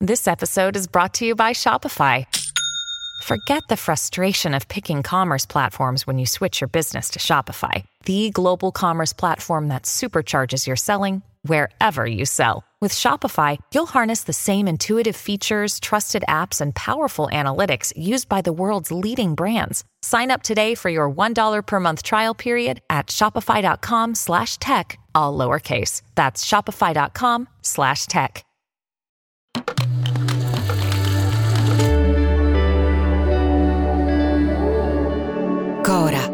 This episode is brought to you by Shopify. Forget the frustration of picking commerce platforms when you switch your business to Shopify, the global commerce platform that supercharges your selling wherever you sell. With Shopify, you'll harness the same intuitive features, trusted apps, and powerful analytics used by the world's leading brands. Sign up today for your $1 per month trial period at shopify.com/tech, all lowercase. That's shopify.com/tech. Cora.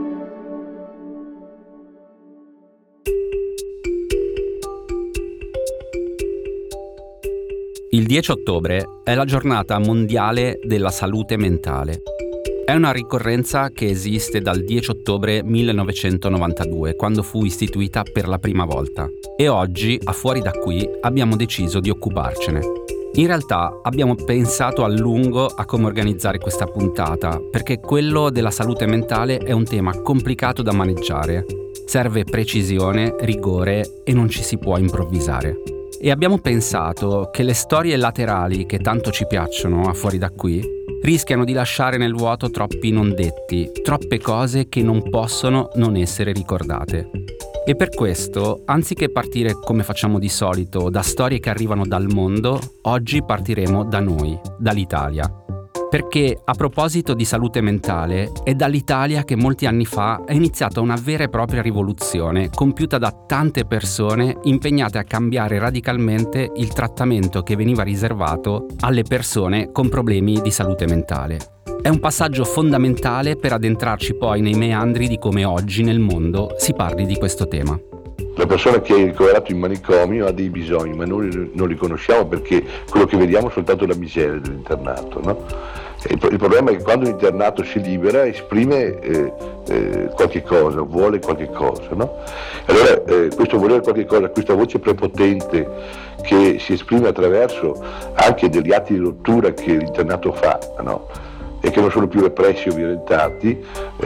Il 10 ottobre è la giornata mondiale della salute mentale. È una ricorrenza che esiste dal 10 ottobre 1992, quando fu istituita per la prima volta. E oggi, a Fuori da qui, abbiamo deciso di occuparcene. In realtà abbiamo pensato a lungo a come organizzare questa puntata, perché quello della salute mentale è un tema complicato da maneggiare. Serve precisione, rigore e non ci si può improvvisare. E abbiamo pensato che le storie laterali che tanto ci piacciono a Fuori da qui rischiano di lasciare nel vuoto troppi non detti, troppe cose che non possono non essere ricordate. E per questo, anziché partire come facciamo di solito da storie che arrivano dal mondo, oggi partiremo da noi, dall'Italia. Perché a proposito di salute mentale, è dall'Italia che molti anni fa è iniziata una vera e propria rivoluzione compiuta da tante persone impegnate a cambiare radicalmente il trattamento che veniva riservato alle persone con problemi di salute mentale. È un passaggio fondamentale per addentrarci poi nei meandri di come oggi nel mondo si parli di questo tema. La persona che è ricoverato in manicomio ha dei bisogni, ma noi non li conosciamo perché quello che vediamo è soltanto la miseria dell'internato, no? Il problema è che quando l'internato si libera esprime qualche cosa, vuole qualche cosa, no? Allora questo volere qualche cosa, questa voce prepotente che si esprime attraverso anche degli atti di rottura che l'internato fa, no? E che non sono più repressi o violentati,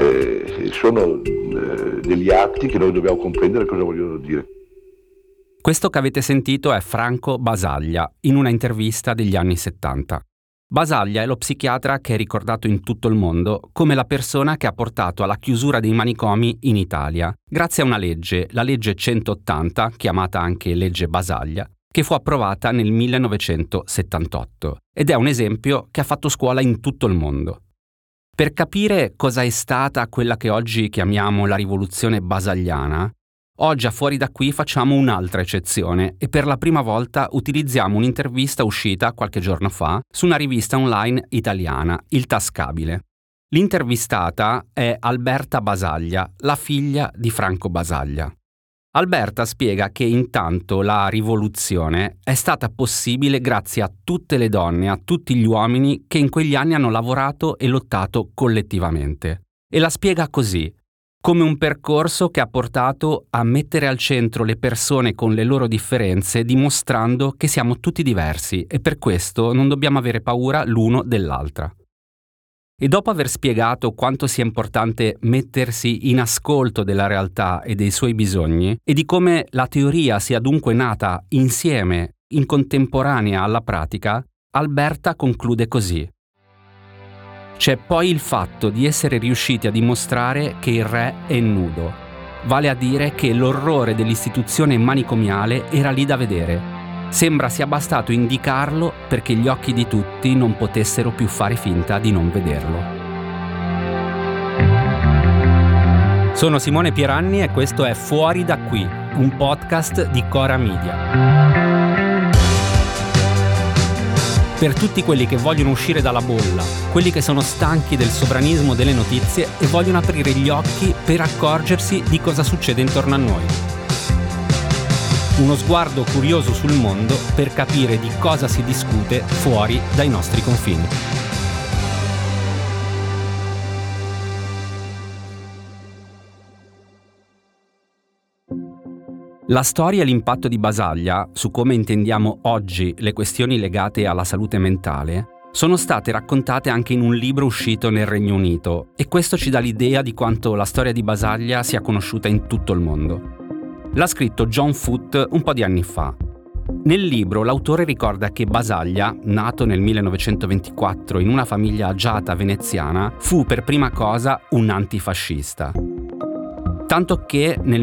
sono degli atti che noi dobbiamo comprendere cosa vogliono dire. Questo che avete sentito è Franco Basaglia, in una intervista degli anni 70. Basaglia è lo psichiatra che è ricordato in tutto il mondo come la persona che ha portato alla chiusura dei manicomi in Italia, grazie a una legge, la legge 180, chiamata anche legge Basaglia, che fu approvata nel 1978 ed è un esempio che ha fatto scuola in tutto il mondo. Per capire cosa è stata quella che oggi chiamiamo la rivoluzione basagliana, oggi a Fuori da qui facciamo un'altra eccezione e per la prima volta utilizziamo un'intervista uscita qualche giorno fa su una rivista online italiana, Il Tascabile. L'intervistata è Alberta Basaglia, la figlia di Franco Basaglia. Alberta spiega che intanto la rivoluzione è stata possibile grazie a tutte le donne, a tutti gli uomini che in quegli anni hanno lavorato e lottato collettivamente. E la spiega così, come un percorso che ha portato a mettere al centro le persone con le loro differenze, dimostrando che siamo tutti diversi e per questo non dobbiamo avere paura l'uno dell'altra. E dopo aver spiegato quanto sia importante mettersi in ascolto della realtà e dei suoi bisogni e di come la teoria sia dunque nata insieme, in contemporanea alla pratica, Alberta conclude così. C'è poi il fatto di essere riusciti a dimostrare che il re è nudo, vale a dire che l'orrore dell'istituzione manicomiale era lì da vedere. Sembra sia bastato indicarlo perché gli occhi di tutti non potessero più fare finta di non vederlo. Sono Simone Pieranni e questo è Fuori da qui, un podcast di Cora Media. Per tutti quelli che vogliono uscire dalla bolla, quelli che sono stanchi del sovranismo delle notizie e vogliono aprire gli occhi per accorgersi di cosa succede intorno a noi. Uno sguardo curioso sul mondo per capire di cosa si discute fuori dai nostri confini. La storia e l'impatto di Basaglia, su come intendiamo oggi le questioni legate alla salute mentale, sono state raccontate anche in un libro uscito nel Regno Unito e questo ci dà l'idea di quanto la storia di Basaglia sia conosciuta in tutto il mondo. L'ha scritto John Foote un po' di anni fa. Nel libro l'autore ricorda che Basaglia, nato nel 1924 in una famiglia agiata veneziana, fu per prima cosa un antifascista. Tanto che nel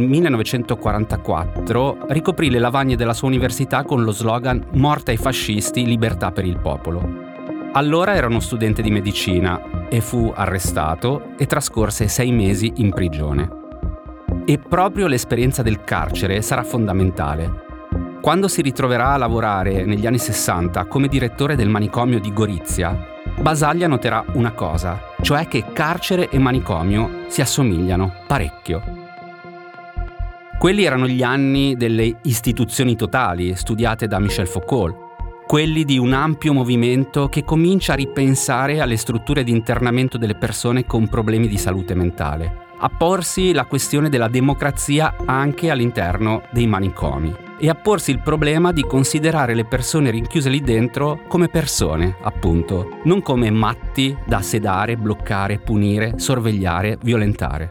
1944 ricoprì le lavagne della sua università con lo slogan «Morte ai fascisti, libertà per il popolo». Allora era uno studente di medicina e fu arrestato e trascorse 6 mesi in prigione. E proprio l'esperienza del carcere sarà fondamentale. Quando si ritroverà a lavorare negli anni 60 come direttore del manicomio di Gorizia, Basaglia noterà una cosa, cioè che carcere e manicomio si assomigliano parecchio. Quelli erano gli anni delle istituzioni totali, studiate da Michel Foucault, quelli di un ampio movimento che comincia a ripensare alle strutture di internamento delle persone con problemi di salute mentale, a porsi la questione della democrazia anche all'interno dei manicomi e a porsi il problema di considerare le persone rinchiuse lì dentro come persone, appunto, non come matti da sedare, bloccare, punire, sorvegliare, violentare.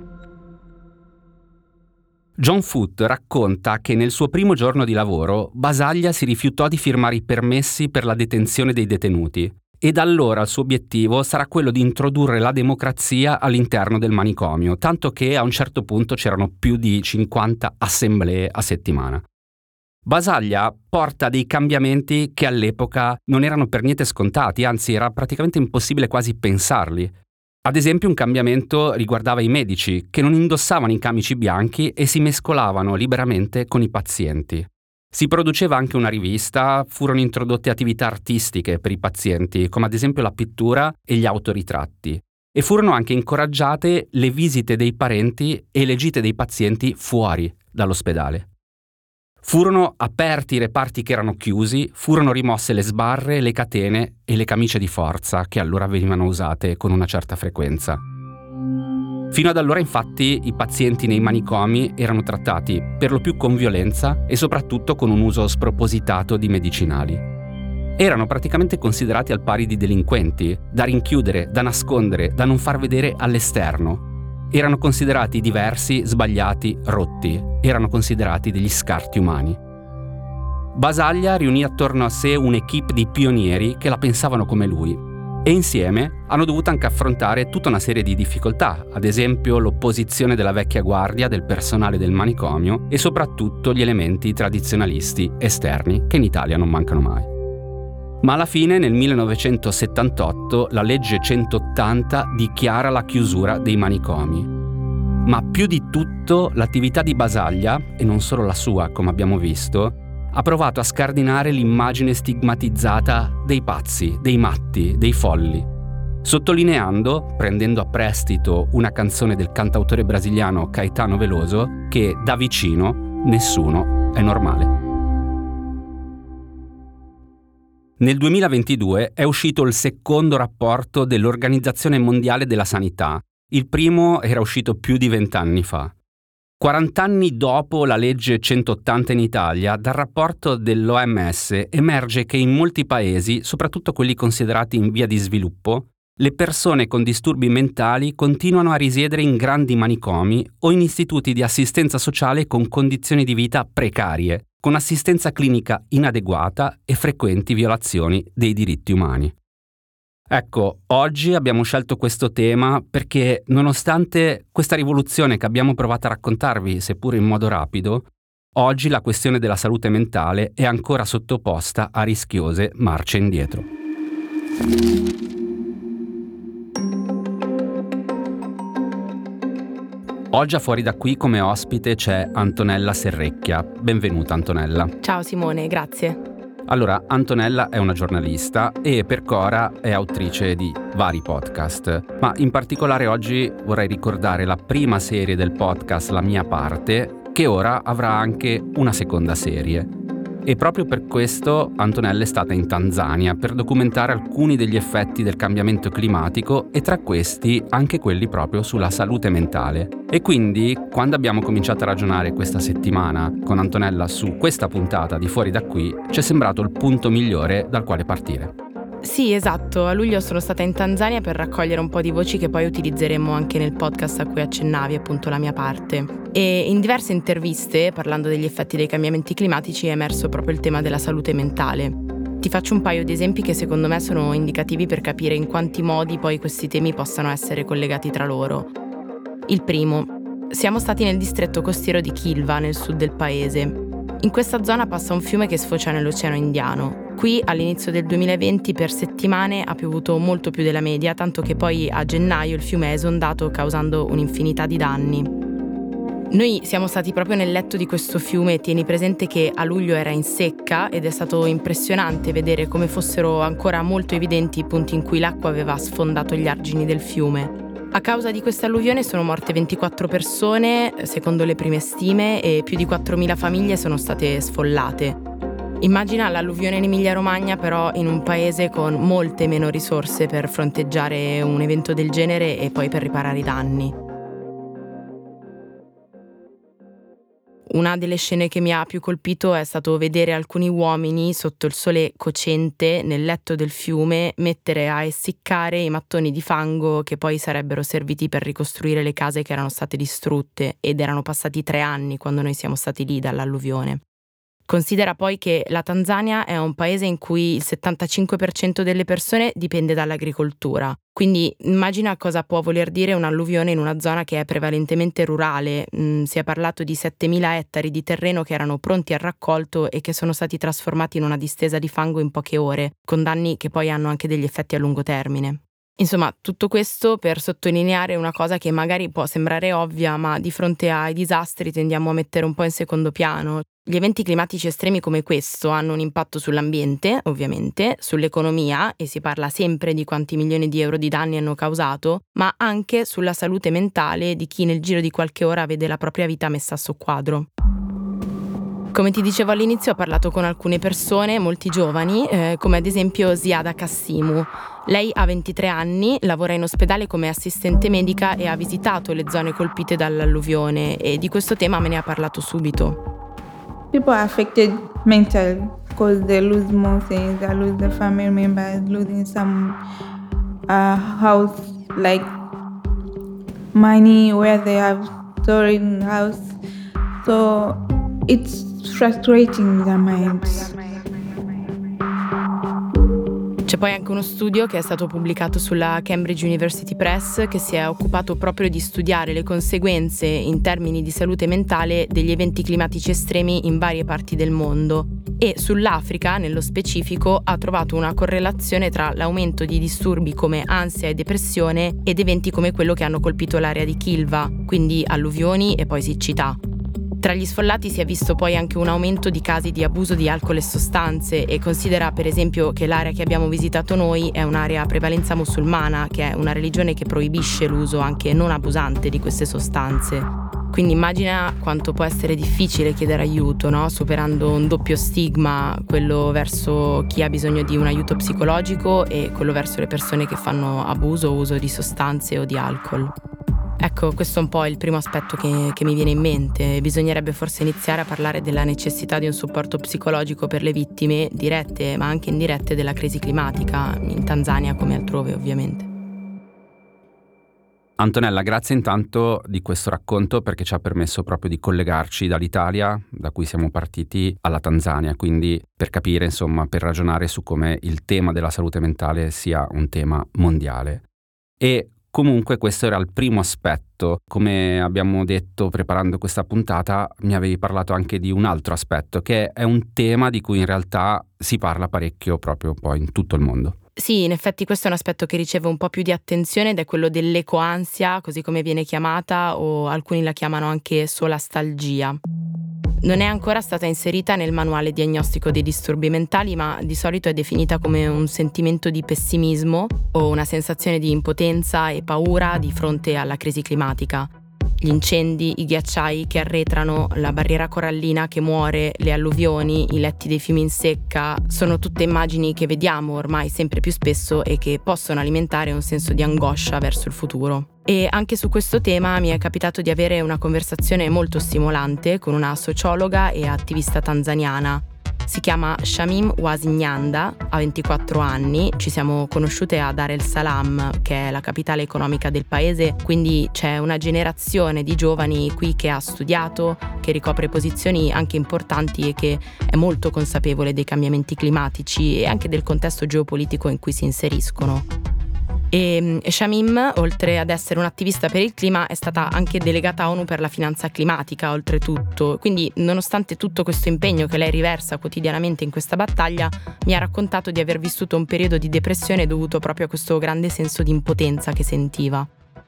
John Foote racconta che nel suo primo giorno di lavoro Basaglia si rifiutò di firmare i permessi per la detenzione dei detenuti e da allora il suo obiettivo sarà quello di introdurre la democrazia all'interno del manicomio, tanto che a un certo punto c'erano più di 50 assemblee a settimana. Basaglia porta dei cambiamenti che all'epoca non erano per niente scontati, anzi era praticamente impossibile quasi pensarli. Ad esempio un cambiamento riguardava i medici, che non indossavano i camici bianchi e si mescolavano liberamente con i pazienti. Si produceva anche una rivista, furono introdotte attività artistiche per i pazienti, come ad esempio la pittura e gli autoritratti, e furono anche incoraggiate le visite dei parenti e le gite dei pazienti fuori dall'ospedale. Furono aperti i reparti che erano chiusi, furono rimosse le sbarre, le catene e le camicie di forza che allora venivano usate con una certa frequenza. Fino ad allora infatti i pazienti nei manicomi erano trattati per lo più con violenza e soprattutto con un uso spropositato di medicinali. Erano praticamente considerati al pari di delinquenti, da rinchiudere, da nascondere, da non far vedere all'esterno. Erano considerati diversi, sbagliati, rotti. Erano considerati degli scarti umani. Basaglia riunì attorno a sé un'equipe di pionieri che la pensavano come lui e insieme hanno dovuto anche affrontare tutta una serie di difficoltà, ad esempio l'opposizione della vecchia guardia, del personale del manicomio e soprattutto gli elementi tradizionalisti esterni che in Italia non mancano mai. Ma alla fine, nel 1978, la legge 180 dichiara la chiusura dei manicomi. Ma più di tutto, l'attività di Basaglia, e non solo la sua, come abbiamo visto, ha provato a scardinare l'immagine stigmatizzata dei pazzi, dei matti, dei folli, sottolineando, prendendo a prestito una canzone del cantautore brasiliano Caetano Veloso, che da vicino nessuno è normale. Nel 2022 è uscito il secondo rapporto dell'Organizzazione Mondiale della Sanità. Il primo era uscito più di 20 anni fa. 40 anni dopo la legge 180 in Italia, dal rapporto dell'OMS emerge che in molti paesi, soprattutto quelli considerati in via di sviluppo, le persone con disturbi mentali continuano a risiedere in grandi manicomi o in istituti di assistenza sociale con condizioni di vita precarie, con assistenza clinica inadeguata e frequenti violazioni dei diritti umani. Ecco, oggi abbiamo scelto questo tema perché, nonostante questa rivoluzione che abbiamo provato a raccontarvi, seppur in modo rapido, oggi la questione della salute mentale è ancora sottoposta a rischiose marce indietro. Oggi a Fuori da qui come ospite c'è Antonella Serrecchia. Benvenuta Antonella. Ciao Simone, grazie. Allora, Antonella è una giornalista e per Cora è autrice di vari podcast, ma in particolare oggi vorrei ricordare la prima serie del podcast La mia parte, che ora avrà anche una seconda serie. E proprio per questo Antonella è stata in Tanzania per documentare alcuni degli effetti del cambiamento climatico e tra questi anche quelli proprio sulla salute mentale. E quindi, quando abbiamo cominciato a ragionare questa settimana con Antonella su questa puntata di Fuori da qui, ci è sembrato il punto migliore dal quale partire. Sì, esatto. A luglio sono stata in Tanzania per raccogliere un po' di voci che poi utilizzeremo anche nel podcast a cui accennavi, appunto La mia parte. E in diverse interviste, parlando degli effetti dei cambiamenti climatici, è emerso proprio il tema della salute mentale. Ti faccio un paio di esempi che secondo me sono indicativi per capire in quanti modi poi questi temi possano essere collegati tra loro. Il primo. Siamo stati nel distretto costiero di Kilwa, nel sud del paese. In questa zona passa un fiume che sfocia nell'Oceano Indiano. Qui all'inizio del 2020 per settimane ha piovuto molto più della media, tanto che poi a gennaio il fiume è esondato causando un'infinità di danni. Noi siamo stati proprio nel letto di questo fiume e tieni presente che a luglio era in secca ed è stato impressionante vedere come fossero ancora molto evidenti i punti in cui l'acqua aveva sfondato gli argini del fiume. A causa di questa alluvione sono morte 24 persone, secondo le prime stime, e più di 4.000 famiglie sono state sfollate. Immagina l'alluvione in Emilia-Romagna, però in un paese con molte meno risorse per fronteggiare un evento del genere e poi per riparare i danni. Una delle scene che mi ha più colpito è stato vedere alcuni uomini sotto il sole cocente nel letto del fiume mettere a essiccare i mattoni di fango che poi sarebbero serviti per ricostruire le case che erano state distrutte, ed erano passati 3 anni quando noi siamo stati lì dall'alluvione. Considera poi che la Tanzania è un paese in cui il 75% delle persone dipende dall'agricoltura. Quindi immagina cosa può voler dire un'alluvione in una zona che è prevalentemente rurale. Si è parlato di 7.000 ettari di terreno che erano pronti al raccolto e che sono stati trasformati in una distesa di fango in poche ore, con danni che poi hanno anche degli effetti a lungo termine. Insomma, tutto questo per sottolineare una cosa che magari può sembrare ovvia, ma di fronte ai disastri tendiamo a mettere un po' in secondo piano. Gli eventi climatici estremi come questo hanno un impatto sull'ambiente, ovviamente, sull'economia, e si parla sempre di quanti milioni di euro di danni hanno causato, ma anche sulla salute mentale di chi nel giro di qualche ora vede la propria vita messa a soqquadro. Come ti dicevo all'inizio, ho parlato con alcune persone, molti giovani, come ad esempio Ziada Kassimu. Lei ha 23 anni, lavora in ospedale come assistente medica e ha visitato le zone colpite dall'alluvione, e di questo tema me ne ha parlato subito. People are affected mentally because they lose more things. They lose their family members, losing some house, like money where they have stored in the house. So it's frustrating their minds. C'è poi anche uno studio che è stato pubblicato sulla Cambridge University Press che si è occupato proprio di studiare le conseguenze in termini di salute mentale degli eventi climatici estremi in varie parti del mondo, e sull'Africa, nello specifico, ha trovato una correlazione tra l'aumento di disturbi come ansia e depressione ed eventi come quello che hanno colpito l'area di Kilwa, quindi alluvioni e poi siccità. Tra gli sfollati si è visto poi anche un aumento di casi di abuso di alcol e sostanze, e considera per esempio che l'area che abbiamo visitato noi è un'area a prevalenza musulmana, che è una religione che proibisce l'uso anche non abusante di queste sostanze. Quindi immagina quanto può essere difficile chiedere aiuto, no? Superando un doppio stigma, quello verso chi ha bisogno di un aiuto psicologico e quello verso le persone che fanno abuso o uso di sostanze o di alcol. Ecco, questo è un po' il primo aspetto che mi viene in mente. Bisognerebbe forse iniziare a parlare della necessità di un supporto psicologico per le vittime, dirette ma anche indirette, della crisi climatica, in Tanzania come altrove ovviamente. Antonella, grazie intanto di questo racconto, perché ci ha permesso proprio di collegarci dall'Italia, da cui siamo partiti, alla Tanzania, quindi per capire, insomma, per ragionare su come il tema della salute mentale sia un tema mondiale. E comunque questo era il primo aspetto. Come abbiamo detto preparando questa puntata, mi avevi parlato anche di un altro aspetto, che è un tema di cui in realtà si parla parecchio proprio poi in tutto il mondo. Sì, in effetti questo è un aspetto che riceve un po' più di attenzione ed è quello dell'ecoansia, così come viene chiamata, o alcuni la chiamano anche solastalgia. Non è ancora stata inserita nel manuale diagnostico dei disturbi mentali, ma di solito è definita come un sentimento di pessimismo o una sensazione di impotenza e paura di fronte alla crisi climatica. Gli incendi, i ghiacciai che arretrano, la barriera corallina che muore, le alluvioni, i letti dei fiumi in secca, sono tutte immagini che vediamo ormai sempre più spesso e che possono alimentare un senso di angoscia verso il futuro. E anche su questo tema mi è capitato di avere una conversazione molto stimolante con una sociologa e attivista tanzaniana. Si chiama Shamim Ouazignanda, ha 24 anni, ci siamo conosciute a Dar es Salaam, che è la capitale economica del paese, quindi c'è una generazione di giovani qui che ha studiato, che ricopre posizioni anche importanti e che è molto consapevole dei cambiamenti climatici e anche del contesto geopolitico in cui si inseriscono. E Shamim, oltre ad essere un'attivista per il clima, è stata anche delegata ONU per la finanza climatica, oltretutto. Quindi, nonostante tutto questo impegno che lei riversa quotidianamente in questa battaglia, mi ha raccontato di aver vissuto un periodo di depressione dovuto proprio a questo grande senso di impotenza che sentiva.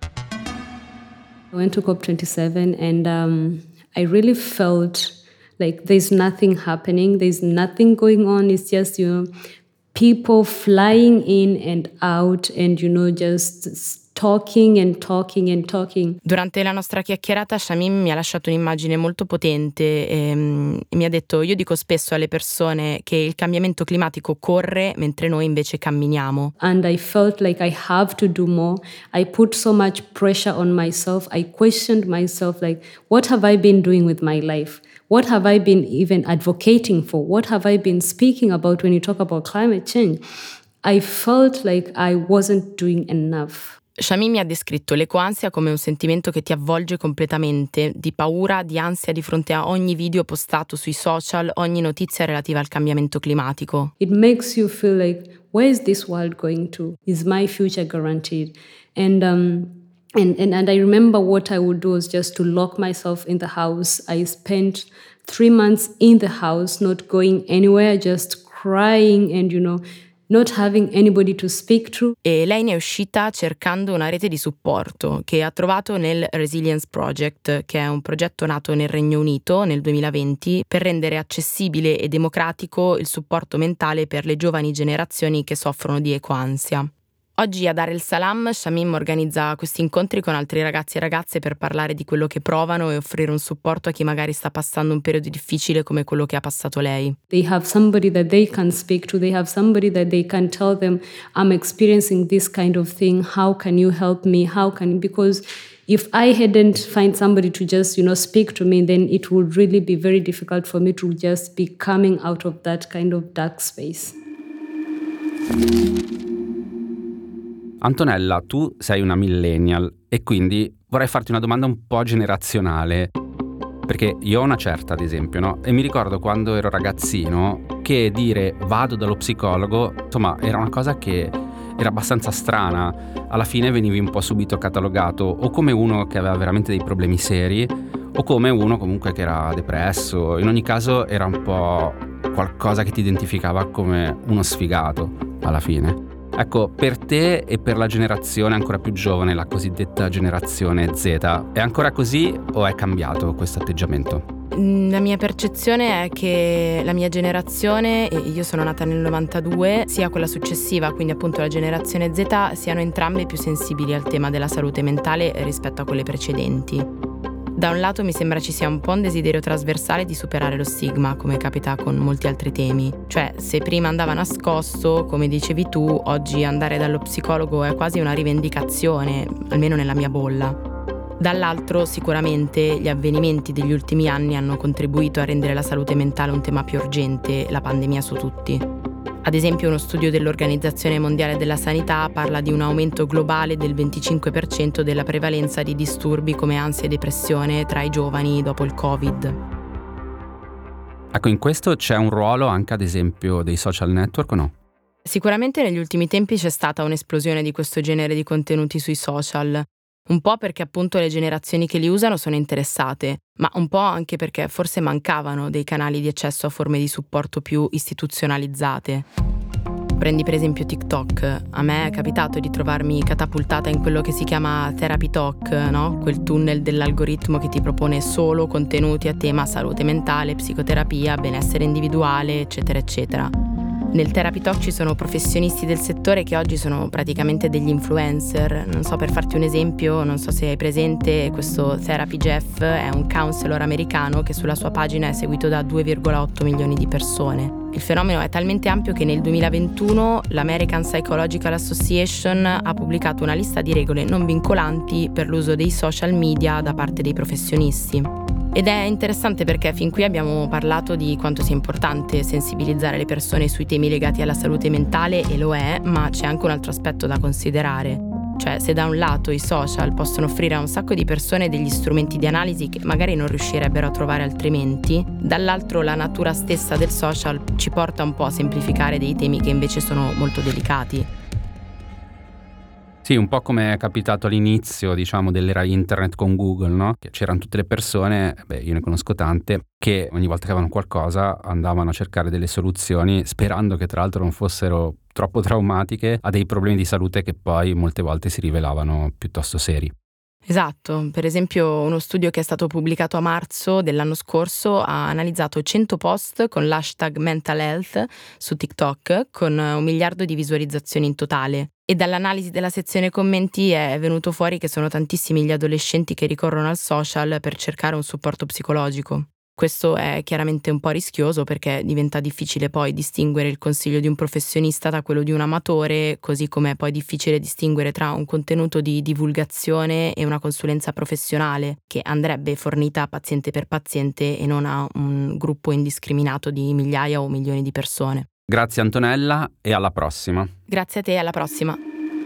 I went to COP27 and I really felt like there's nothing happening, there's nothing going on, it's just, people flying in and out and, just talking and talking and talking. Durante la nostra chiacchierata Shamim mi ha lasciato un'immagine molto potente e mi ha detto: io dico spesso alle persone che il cambiamento climatico corre mentre noi invece camminiamo. And I felt like I have to do more. I put so much pressure on myself. I questioned myself, like, what have I been doing with my life? What have I been even advocating for? What have I been speaking about when you talk about climate change? I felt like I wasn't doing enough. Shamim mi ha descritto l'ecoansia come un sentimento che ti avvolge completamente, di paura, di ansia di fronte a ogni video postato sui social, ogni notizia relativa al cambiamento climatico. It makes you feel like, where is this world going to? Is my future guaranteed? And I remember what I would do was just to lock myself in the house. I spent 3 months in the house, not going anywhere, just crying and, not having anybody to speak to. E lei ne è uscita cercando una rete di supporto che ha trovato nel Resilience Project, che è un progetto nato nel Regno Unito nel 2020 per rendere accessibile e democratico il supporto mentale per le giovani generazioni che soffrono di ecoansia. Oggi a Dar es Salaam Shamim organizza questi incontri con altri ragazzi e ragazze per parlare di quello che provano e offrire un supporto a chi magari sta passando un periodo difficile come quello che ha passato lei. They have somebody that they can speak to, they have somebody that they can tell them, I'm experiencing this kind of thing, how can you help me, because if I hadn't find somebody to just, speak to me, then it would really be very difficult for me to just be coming out of that kind of dark space. Antonella, tu sei una millennial e quindi vorrei farti una domanda un po' generazionale, perché io ho una certa, ad esempio, no? E mi ricordo quando ero ragazzino che dire vado dallo psicologo, insomma, era una cosa che era abbastanza strana. Alla fine venivi un po' subito catalogato o come uno che aveva veramente dei problemi seri o come uno comunque che era depresso. In ogni caso era un po' qualcosa che ti identificava come uno sfigato alla fine. Ecco, per te e per la generazione ancora più giovane, la cosiddetta generazione Z, è ancora così o è cambiato questo atteggiamento? La mia percezione è che la mia generazione, e io sono nata nel 92, sia quella successiva, quindi appunto la generazione Z, siano entrambe più sensibili al tema della salute mentale rispetto a quelle precedenti. Da un lato mi sembra ci sia un po' un desiderio trasversale di superare lo stigma, come capita con molti altri temi. Cioè, se prima andava nascosto, come dicevi tu, oggi andare dallo psicologo è quasi una rivendicazione, almeno nella mia bolla. Dall'altro, sicuramente gli avvenimenti degli ultimi anni hanno contribuito a rendere la salute mentale un tema più urgente, la pandemia su tutti. Ad esempio, uno studio dell'Organizzazione Mondiale della Sanità parla di un aumento globale del 25% della prevalenza di disturbi come ansia e depressione tra i giovani dopo il Covid. Ecco, in questo c'è un ruolo anche, ad esempio, dei social network o no? Sicuramente negli ultimi tempi c'è stata un'esplosione di questo genere di contenuti sui social. Un po' perché appunto le generazioni che li usano sono interessate, ma un po' anche perché forse mancavano dei canali di accesso a forme di supporto più istituzionalizzate. Prendi per esempio TikTok. A me è capitato di trovarmi catapultata in quello che si chiama Therapy Talk, no? Quel tunnel dell'algoritmo che ti propone solo contenuti a tema salute mentale, psicoterapia, benessere individuale, eccetera, eccetera. Nel Therapy Talk ci sono professionisti del settore che oggi sono praticamente degli influencer. Non so, per farti un esempio, non so se hai presente, questo Therapy Jeff è un counselor americano che sulla sua pagina è seguito da 2,8 milioni di persone. Il fenomeno è talmente ampio che nel 2021 l'American Psychological Association ha pubblicato una lista di regole non vincolanti per l'uso dei social media da parte dei professionisti. Ed è interessante perché fin qui abbiamo parlato di quanto sia importante sensibilizzare le persone sui temi legati alla salute mentale, e lo è, ma c'è anche un altro aspetto da considerare. Cioè, se da un lato i social possono offrire a un sacco di persone degli strumenti di analisi che magari non riuscirebbero a trovare altrimenti, dall'altro la natura stessa del social ci porta un po' a semplificare dei temi che invece sono molto delicati. Sì, un po' come è capitato all'inizio, diciamo, dell'era internet con Google, no? Che c'erano tutte le persone, io ne conosco tante, che ogni volta che avevano qualcosa andavano a cercare delle soluzioni, sperando che tra l'altro non fossero troppo traumatiche, a dei problemi di salute che poi molte volte si rivelavano piuttosto seri. Esatto, per esempio uno studio che è stato pubblicato a marzo dell'anno scorso ha analizzato 100 post con l'hashtag mental health su TikTok con 1 miliardo di visualizzazioni in totale. E dall'analisi della sezione commenti è venuto fuori che sono tantissimi gli adolescenti che ricorrono al social per cercare un supporto psicologico. Questo è chiaramente un po' rischioso perché diventa difficile poi distinguere il consiglio di un professionista da quello di un amatore, così come è poi difficile distinguere tra un contenuto di divulgazione e una consulenza professionale che andrebbe fornita paziente per paziente e non a un gruppo indiscriminato di migliaia o milioni di persone. Grazie Antonella e alla prossima. Grazie a te, alla prossima.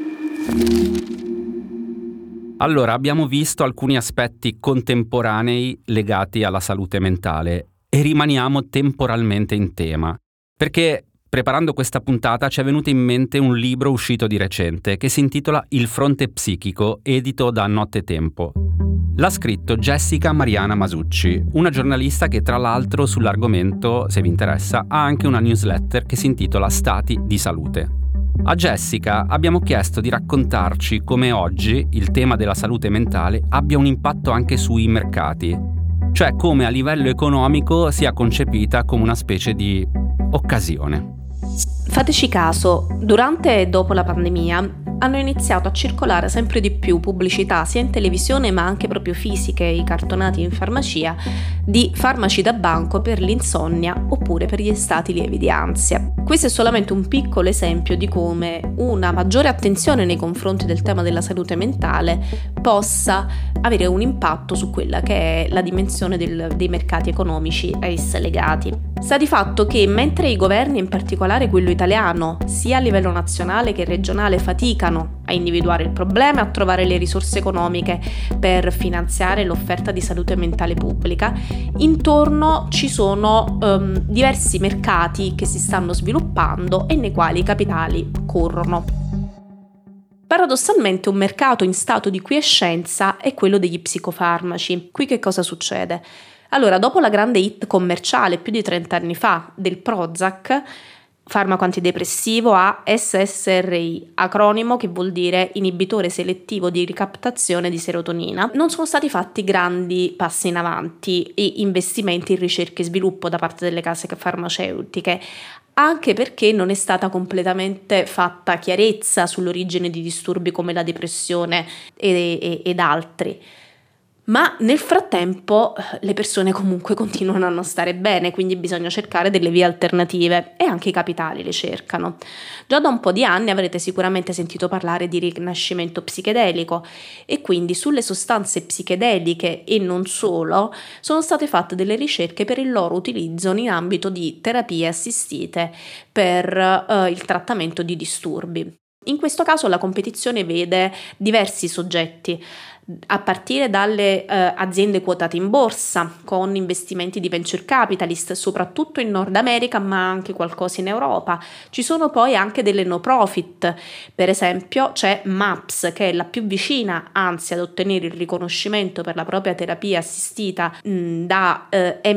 Allora, abbiamo visto alcuni aspetti contemporanei legati alla salute mentale e rimaniamo temporalmente in tema, perché preparando questa puntata ci è venuto in mente un libro uscito di recente che si intitola Il fronte psichico, edito da Nottetempo. L'ha scritto Jessica Mariana Masucci, una giornalista che tra l'altro sull'argomento, se vi interessa, ha anche una newsletter che si intitola Stati di Salute. A Jessica abbiamo chiesto di raccontarci come oggi il tema della salute mentale abbia un impatto anche sui mercati, cioè come a livello economico sia concepita come una specie di occasione. Fateci caso, durante e dopo la pandemia hanno iniziato a circolare sempre di più pubblicità sia in televisione ma anche proprio fisiche, i cartonati in farmacia, di farmaci da banco per l'insonnia oppure per gli stati lievi di ansia. Questo è solamente un piccolo esempio di come una maggiore attenzione nei confronti del tema della salute mentale possa avere un impatto su quella che è la dimensione dei mercati economici a esse legati. Sta di fatto che mentre i governi, in particolare quello italiano, sia a livello nazionale che regionale, faticano a individuare il problema e a trovare le risorse economiche per finanziare l'offerta di salute mentale pubblica, intorno ci sono diversi mercati che si stanno sviluppando e nei quali i capitali corrono. Paradossalmente un mercato in stato di quiescenza è quello degli psicofarmaci. Qui che cosa succede? Allora, dopo la grande hit commerciale più di 30 anni fa del Prozac, farmaco antidepressivo a SSRI, acronimo che vuol dire inibitore selettivo di ricaptazione di serotonina, non sono stati fatti grandi passi in avanti e investimenti in ricerca e sviluppo da parte delle case farmaceutiche, anche perché non è stata completamente fatta chiarezza sull'origine di disturbi come la depressione ed altri. Ma nel frattempo le persone comunque continuano a non stare bene, quindi bisogna cercare delle vie alternative e anche i capitali le cercano. Già da un po' di anni avrete sicuramente sentito parlare di rinascimento psichedelico e quindi sulle sostanze psichedeliche e non solo sono state fatte delle ricerche per il loro utilizzo in ambito di terapie assistite per il trattamento di disturbi. In questo caso la competizione vede diversi soggetti, a partire dalle aziende quotate in borsa con investimenti di venture capitalist soprattutto in Nord America ma anche qualcosa in Europa. Ci sono poi anche delle no profit, per esempio c'è MAPS che è la più vicina anzi ad ottenere il riconoscimento per la propria terapia assistita da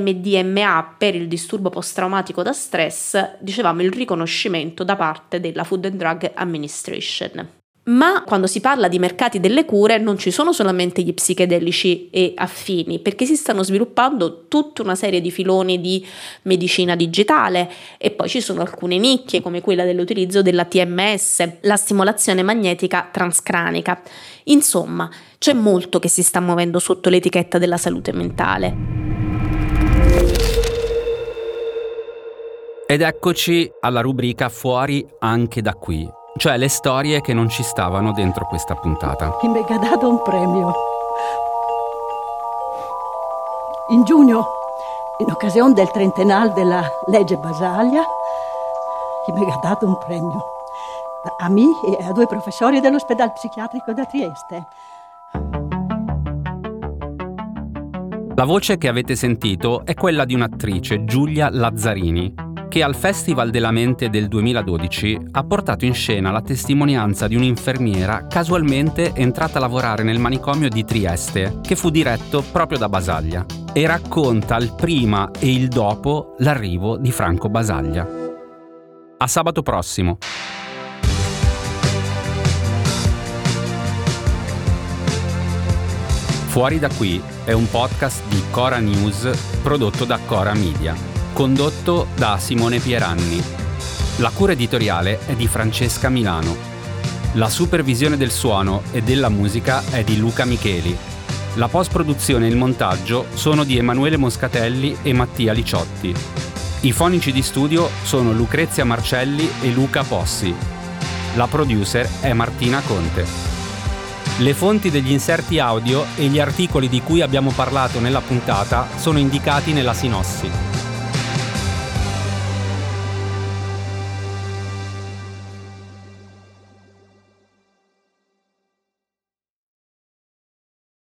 MDMA per il disturbo post-traumatico da stress, dicevamo il riconoscimento da parte della Food and Drug Administration. Ma quando si parla di mercati delle cure non ci sono solamente gli psichedelici e affini, perché si stanno sviluppando tutta una serie di filoni di medicina digitale e poi ci sono alcune nicchie come quella dell'utilizzo della TMS, la stimolazione magnetica transcranica. Insomma, c'è molto che si sta muovendo sotto l'etichetta della salute mentale. Ed eccoci alla rubrica Fuori anche da qui, cioè le storie che non ci stavano dentro questa puntata. Mi è dato un premio. In giugno, in occasione del trentennale della legge Basaglia, mi ha dato un premio a me e a 2 professori dell'ospedale psichiatrico da Trieste. La voce che avete sentito è quella di un'attrice, Giulia Lazzarini, che al Festival della Mente del 2012 ha portato in scena la testimonianza di un'infermiera casualmente entrata a lavorare nel manicomio di Trieste, che fu diretto proprio da Basaglia, e racconta il prima e il dopo l'arrivo di Franco Basaglia. A sabato prossimo! Fuori da qui è un podcast di Cora News prodotto da Cora Media, condotto da Simone Pieranni. La cura editoriale è di Francesca Milano. La supervisione del suono e della musica è di Luca Micheli. La post-produzione e il montaggio sono di Emanuele Moscatelli e Mattia Liciotti. I fonici di studio sono Lucrezia Marcelli e Luca Possi. La producer è Martina Conte. Le fonti degli inserti audio e gli articoli di cui abbiamo parlato nella puntata sono indicati nella sinossi.